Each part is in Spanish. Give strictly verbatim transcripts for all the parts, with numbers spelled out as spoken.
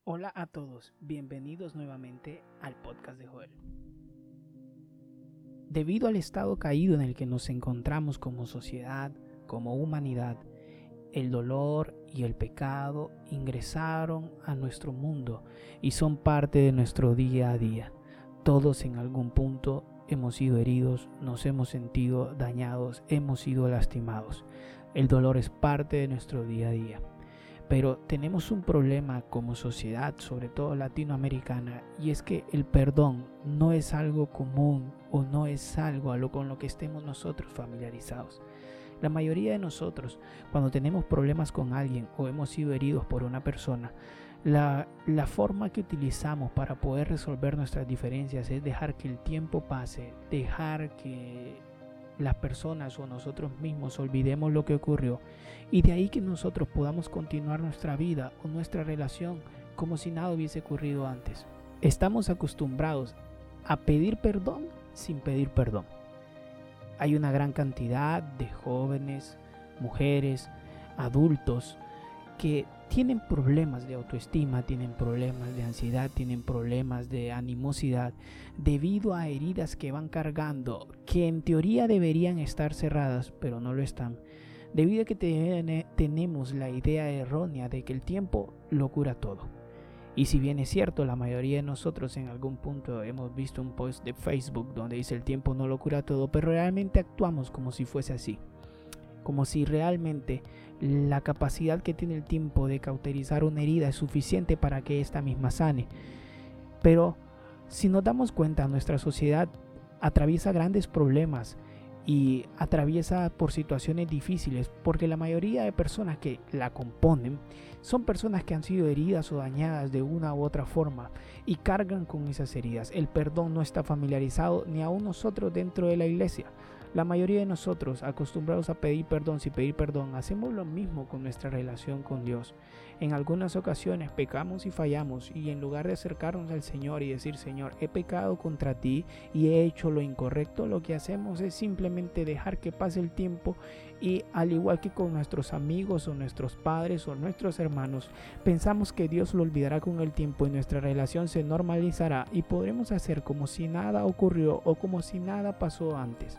Hola a todos, bienvenidos nuevamente al podcast de Joel. Debido al estado caído en el que nos encontramos como sociedad, como humanidad, el dolor y el pecado ingresaron a nuestro mundo y son parte de nuestro día a día. Todos en algún punto hemos sido heridos, nos hemos sentido dañados, hemos sido lastimados. El dolor es parte de nuestro día a día. Pero tenemos un problema como sociedad, sobre todo latinoamericana, y es que el perdón no es algo común o no es algo a lo con lo que estemos nosotros familiarizados. La mayoría de nosotros, cuando tenemos problemas con alguien o hemos sido heridos por una persona, la, la forma que utilizamos para poder resolver nuestras diferencias es dejar que el tiempo pase, dejar que las personas o nosotros mismos olvidemos lo que ocurrió y de ahí que nosotros podamos continuar nuestra vida o nuestra relación como si nada hubiese ocurrido antes. Estamos acostumbrados a pedir perdón sin pedir perdón. Hay una gran cantidad de jóvenes, mujeres, adultos que tienen problemas de autoestima, tienen problemas de ansiedad, tienen problemas de animosidad debido a heridas que van cargando, que en teoría deberían estar cerradas, pero no lo están, debido a que te, tenemos la idea errónea de que el tiempo lo cura todo. Y si bien es cierto, la mayoría de nosotros en algún punto hemos visto un post de Facebook donde dice el tiempo no lo cura todo, pero realmente actuamos como si fuese así. Como si realmente la capacidad que tiene el tiempo de cauterizar una herida es suficiente para que ésta misma sane. Pero si nos damos cuenta, nuestra sociedad atraviesa grandes problemas y atraviesa por situaciones difíciles porque la mayoría de personas que la componen son personas que han sido heridas o dañadas de una u otra forma y cargan con esas heridas. El perdón no está familiarizado ni aún nosotros dentro de la iglesia. La mayoría de nosotros, acostumbrados a pedir perdón sin pedir perdón, hacemos lo mismo con nuestra relación con Dios. En algunas ocasiones pecamos y fallamos y en lugar de acercarnos al Señor y decir, Señor, he pecado contra ti y he hecho lo incorrecto, lo que hacemos es simplemente dejar que pase el tiempo y al igual que con nuestros amigos o nuestros padres o nuestros hermanos, pensamos que Dios lo olvidará con el tiempo y nuestra relación se normalizará y podremos hacer como si nada ocurrió o como si nada pasó antes.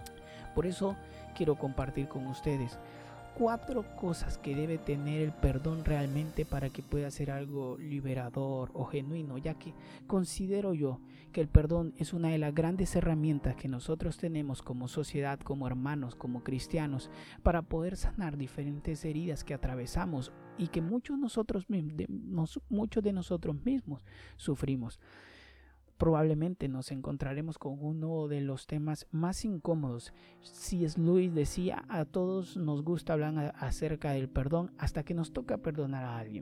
Por eso quiero compartir con ustedes cuatro cosas que debe tener el perdón realmente para que pueda ser algo liberador o genuino, ya que considero yo que el perdón es una de las grandes herramientas que nosotros tenemos como sociedad, como hermanos, como cristianos, para poder sanar diferentes heridas que atravesamos y que muchos, nosotros, de, muchos de nosotros mismos sufrimos. Probablemente nos encontraremos con uno de los temas más incómodos. C S Lewis decía, a todos nos gusta hablar acerca del perdón hasta que nos toca perdonar a alguien.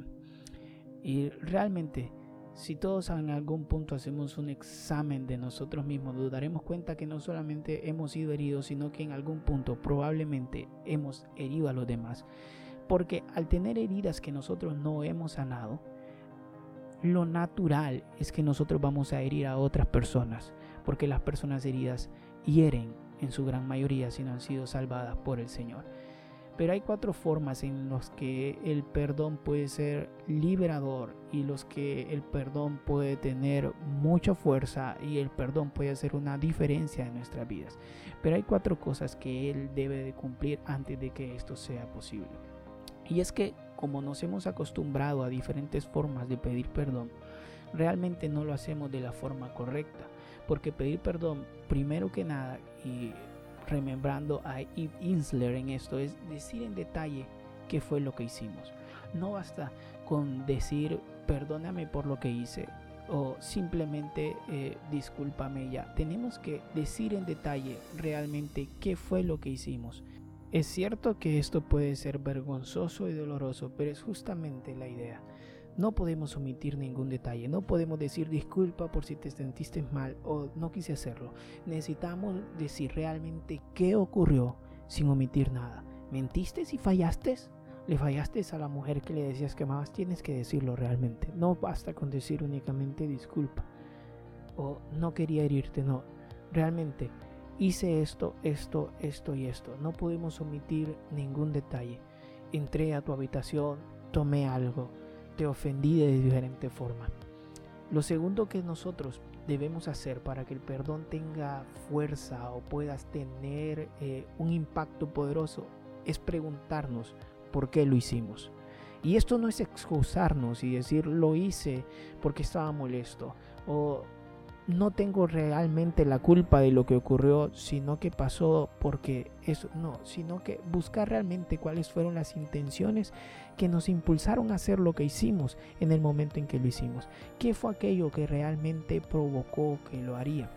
Y realmente, si todos en algún punto hacemos un examen de nosotros mismos, nos daremos cuenta que no solamente hemos sido heridos, sino que en algún punto probablemente hemos herido a los demás. Porque al tener heridas que nosotros no hemos sanado, lo natural es que nosotros vamos a herir a otras personas, porque las personas heridas hieren en su gran mayoría si no han sido salvadas por el Señor. Pero hay cuatro formas en las que el perdón puede ser liberador y los que el perdón puede tener mucha fuerza y el perdón puede hacer una diferencia en nuestras vidas. Pero hay cuatro cosas que Él debe de cumplir antes de que esto sea posible. Y es que como nos hemos acostumbrado a diferentes formas de pedir perdón, realmente no lo hacemos de la forma correcta. Porque pedir perdón, primero que nada, y remembrando a Eve Ensler en esto, es decir en detalle qué fue lo que hicimos. No basta con decir perdóname por lo que hice o simplemente eh, discúlpame ya. Tenemos que decir en detalle realmente qué fue lo que hicimos. Es cierto que esto puede ser vergonzoso y doloroso, pero es justamente la idea. No podemos omitir ningún detalle, no podemos decir disculpa por si te sentiste mal o no quise hacerlo. Necesitamos decir realmente qué ocurrió sin omitir nada. ¿Mentiste si fallaste? ¿Le fallaste a la mujer que le decías que amabas? Tienes que decirlo realmente. No basta con decir únicamente disculpa o no quería herirte, no. Realmente hice esto, esto, esto y esto. No podemos omitir ningún detalle. Entré a tu habitación, tomé algo, te ofendí de diferente forma. Lo segundo que nosotros debemos hacer para que el perdón tenga fuerza o puedas tener eh, un impacto poderoso es preguntarnos por qué lo hicimos. Y esto no es excusarnos y decir lo hice porque estaba molesto o no tengo realmente la culpa de lo que ocurrió, sino que pasó porque eso, no, sino que buscar realmente cuáles fueron las intenciones que nos impulsaron a hacer lo que hicimos en el momento en que lo hicimos. ¿Qué fue aquello que realmente provocó que lo haría?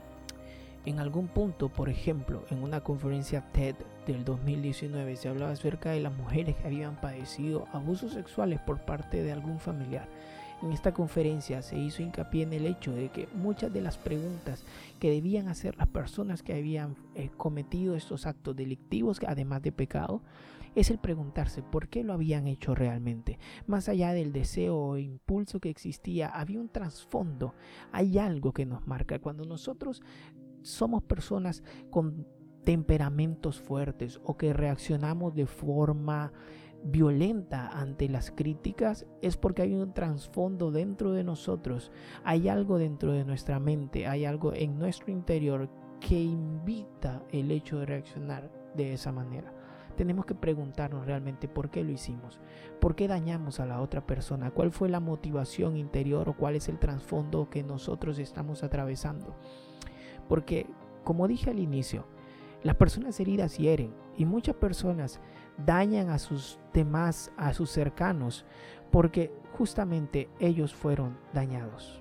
En algún punto, por ejemplo, en una conferencia TED del dos mil diecinueve se hablaba acerca de las mujeres que habían padecido abusos sexuales por parte de algún familiar. En esta conferencia se hizo hincapié en el hecho de que muchas de las preguntas que debían hacer las personas que habían eh, cometido estos actos delictivos, además de pecado, es el preguntarse por qué lo habían hecho realmente. Más allá del deseo o impulso que existía, había un trasfondo, hay algo que nos marca. Cuando nosotros somos personas con temperamentos fuertes o que reaccionamos de forma violenta ante las críticas, es porque hay un trasfondo dentro de nosotros, hay algo dentro de nuestra mente, hay algo en nuestro interior que invita el hecho de reaccionar de esa manera. Tenemos que preguntarnos realmente por qué lo hicimos, por qué dañamos a la otra persona, cuál fue la motivación interior o cuál es el trasfondo que nosotros estamos atravesando. Porque, como dije al inicio, las personas heridas hieren y muchas personas dañan a sus demás, a sus cercanos, porque justamente ellos fueron dañados.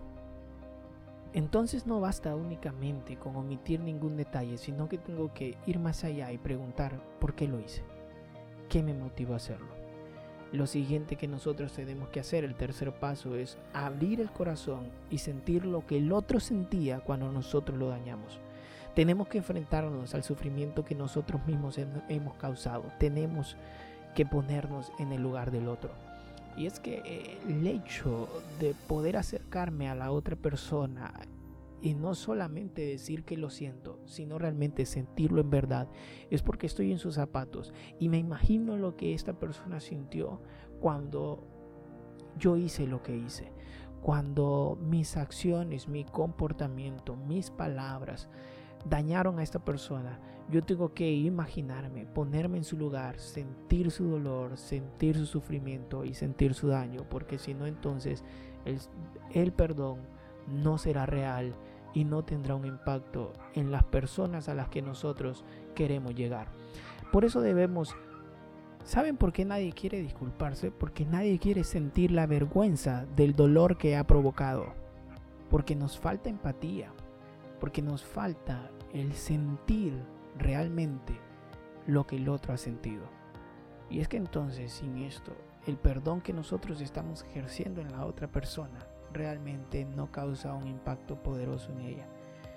Entonces no basta únicamente con omitir ningún detalle, sino que tengo que ir más allá y preguntar por qué lo hice, qué me motivó a hacerlo. Lo siguiente que nosotros tenemos que hacer, el tercer paso, es abrir el corazón y sentir lo que el otro sentía cuando nosotros lo dañamos. Tenemos que enfrentarnos al sufrimiento que nosotros mismos hemos causado. Tenemos que ponernos en el lugar del otro. Y es que el hecho de poder acercarme a la otra persona y no solamente decir que lo siento, sino realmente sentirlo en verdad, es porque estoy en sus zapatos y me imagino lo que esta persona sintió cuando yo hice lo que hice, cuando mis acciones, mi comportamiento, mis palabras dañaron a esta persona. Yo tengo que imaginarme, ponerme en su lugar, sentir su dolor, sentir su sufrimiento y sentir su daño, porque si no, entonces el, el perdón no será real y no tendrá un impacto en las personas a las que nosotros queremos llegar. Por eso debemos, ¿saben por qué nadie quiere disculparse? Porque nadie quiere sentir la vergüenza del dolor que ha provocado, porque nos falta empatía, porque nos falta el sentir realmente lo que el otro ha sentido. Y es que entonces, sin esto, el perdón que nosotros estamos ejerciendo en la otra persona realmente no causa un impacto poderoso en ella.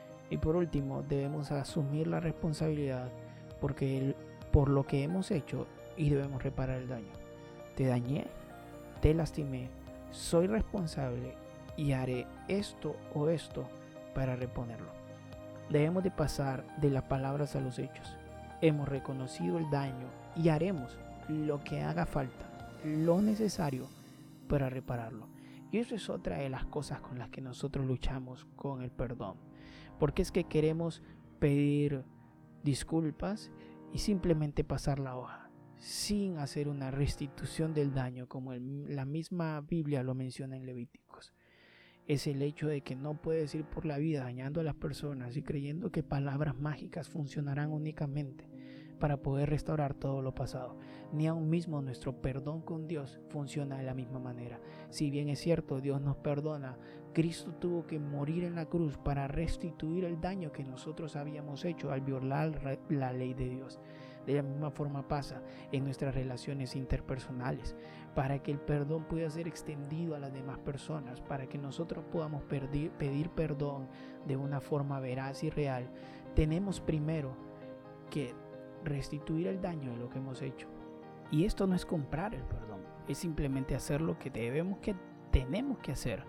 Y por último, debemos asumir la responsabilidad porque el, por lo que hemos hecho y debemos reparar el daño. Te dañé, te lastimé, soy responsable y haré esto o esto para reponerlo. Debemos de pasar de las palabras a los hechos. Hemos reconocido el daño y haremos lo que haga falta, lo necesario para repararlo. Y eso es otra de las cosas con las que nosotros luchamos con el perdón. Porque es que queremos pedir disculpas y simplemente pasar la hoja, sin hacer una restitución del daño, como el, la misma Biblia lo menciona en Levíticos. Es el hecho de que no puedes ir por la vida dañando a las personas y creyendo que palabras mágicas funcionarán únicamente para poder restaurar todo lo pasado. Ni aún mismo nuestro perdón con Dios funciona de la misma manera. Si bien es cierto, Dios nos perdona, Cristo tuvo que morir en la cruz para restituir el daño que nosotros habíamos hecho al violar la ley de Dios. De la misma forma pasa en nuestras relaciones interpersonales, para que el perdón pueda ser extendido a las demás personas, para que nosotros podamos pedir, pedir perdón de una forma veraz y real. Tenemos primero que restituir el daño de lo que hemos hecho. Y esto no es comprar el perdón, es simplemente hacer lo que debemos, que tenemos que hacer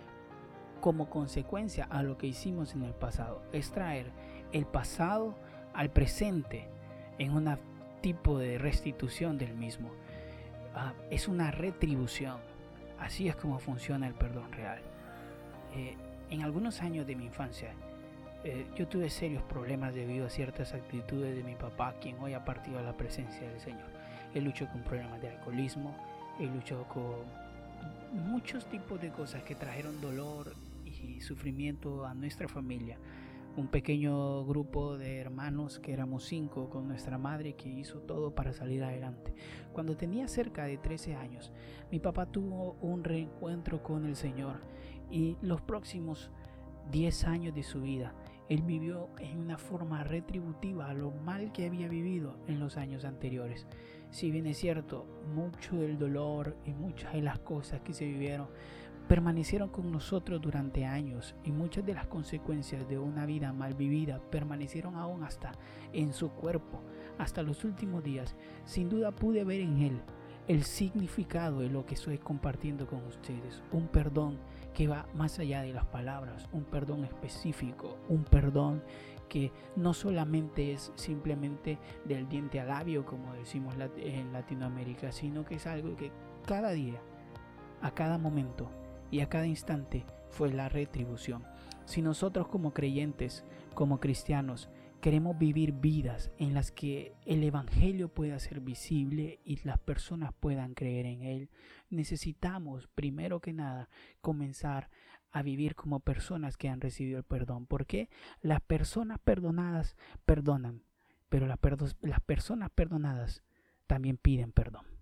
como consecuencia a lo que hicimos en el pasado. Es traer el pasado al presente en un tipo de restitución del mismo. Uh, es una retribución Así es como funciona el perdón real. Eh, en algunos años de mi infancia, eh, yo tuve serios problemas debido a ciertas actitudes de mi papá, quien hoy ha partido a la presencia del Señor. Él luchó con problemas de alcoholismo, él luchó con muchos tipos de cosas que trajeron dolor y sufrimiento a nuestra familia. Un pequeño grupo de hermanos que éramos cinco con nuestra madre, que hizo todo para salir adelante. Cuando tenía cerca de trece años, mi papá tuvo un reencuentro con el Señor, y los próximos diez años de su vida él vivió en una forma retributiva a lo mal que había vivido en los años anteriores. Si bien es cierto, mucho del dolor y muchas de las cosas que se vivieron permanecieron con nosotros durante años, y muchas de las consecuencias de una vida mal vivida permanecieron aún hasta en su cuerpo, hasta los últimos días. Sin duda pude ver en él el significado de lo que estoy compartiendo con ustedes, un perdón que va más allá de las palabras, un perdón específico, un perdón que no solamente es simplemente del diente al labio, como decimos en Latinoamérica, sino que es algo que cada día, a cada momento y a cada instante fue la retribución. Si nosotros como creyentes, como cristianos, queremos vivir vidas en las que el evangelio pueda ser visible y las personas puedan creer en él, necesitamos primero que nada comenzar a vivir como personas que han recibido el perdón. Porque las personas perdonadas perdonan, pero las, perdo- las personas perdonadas también piden perdón.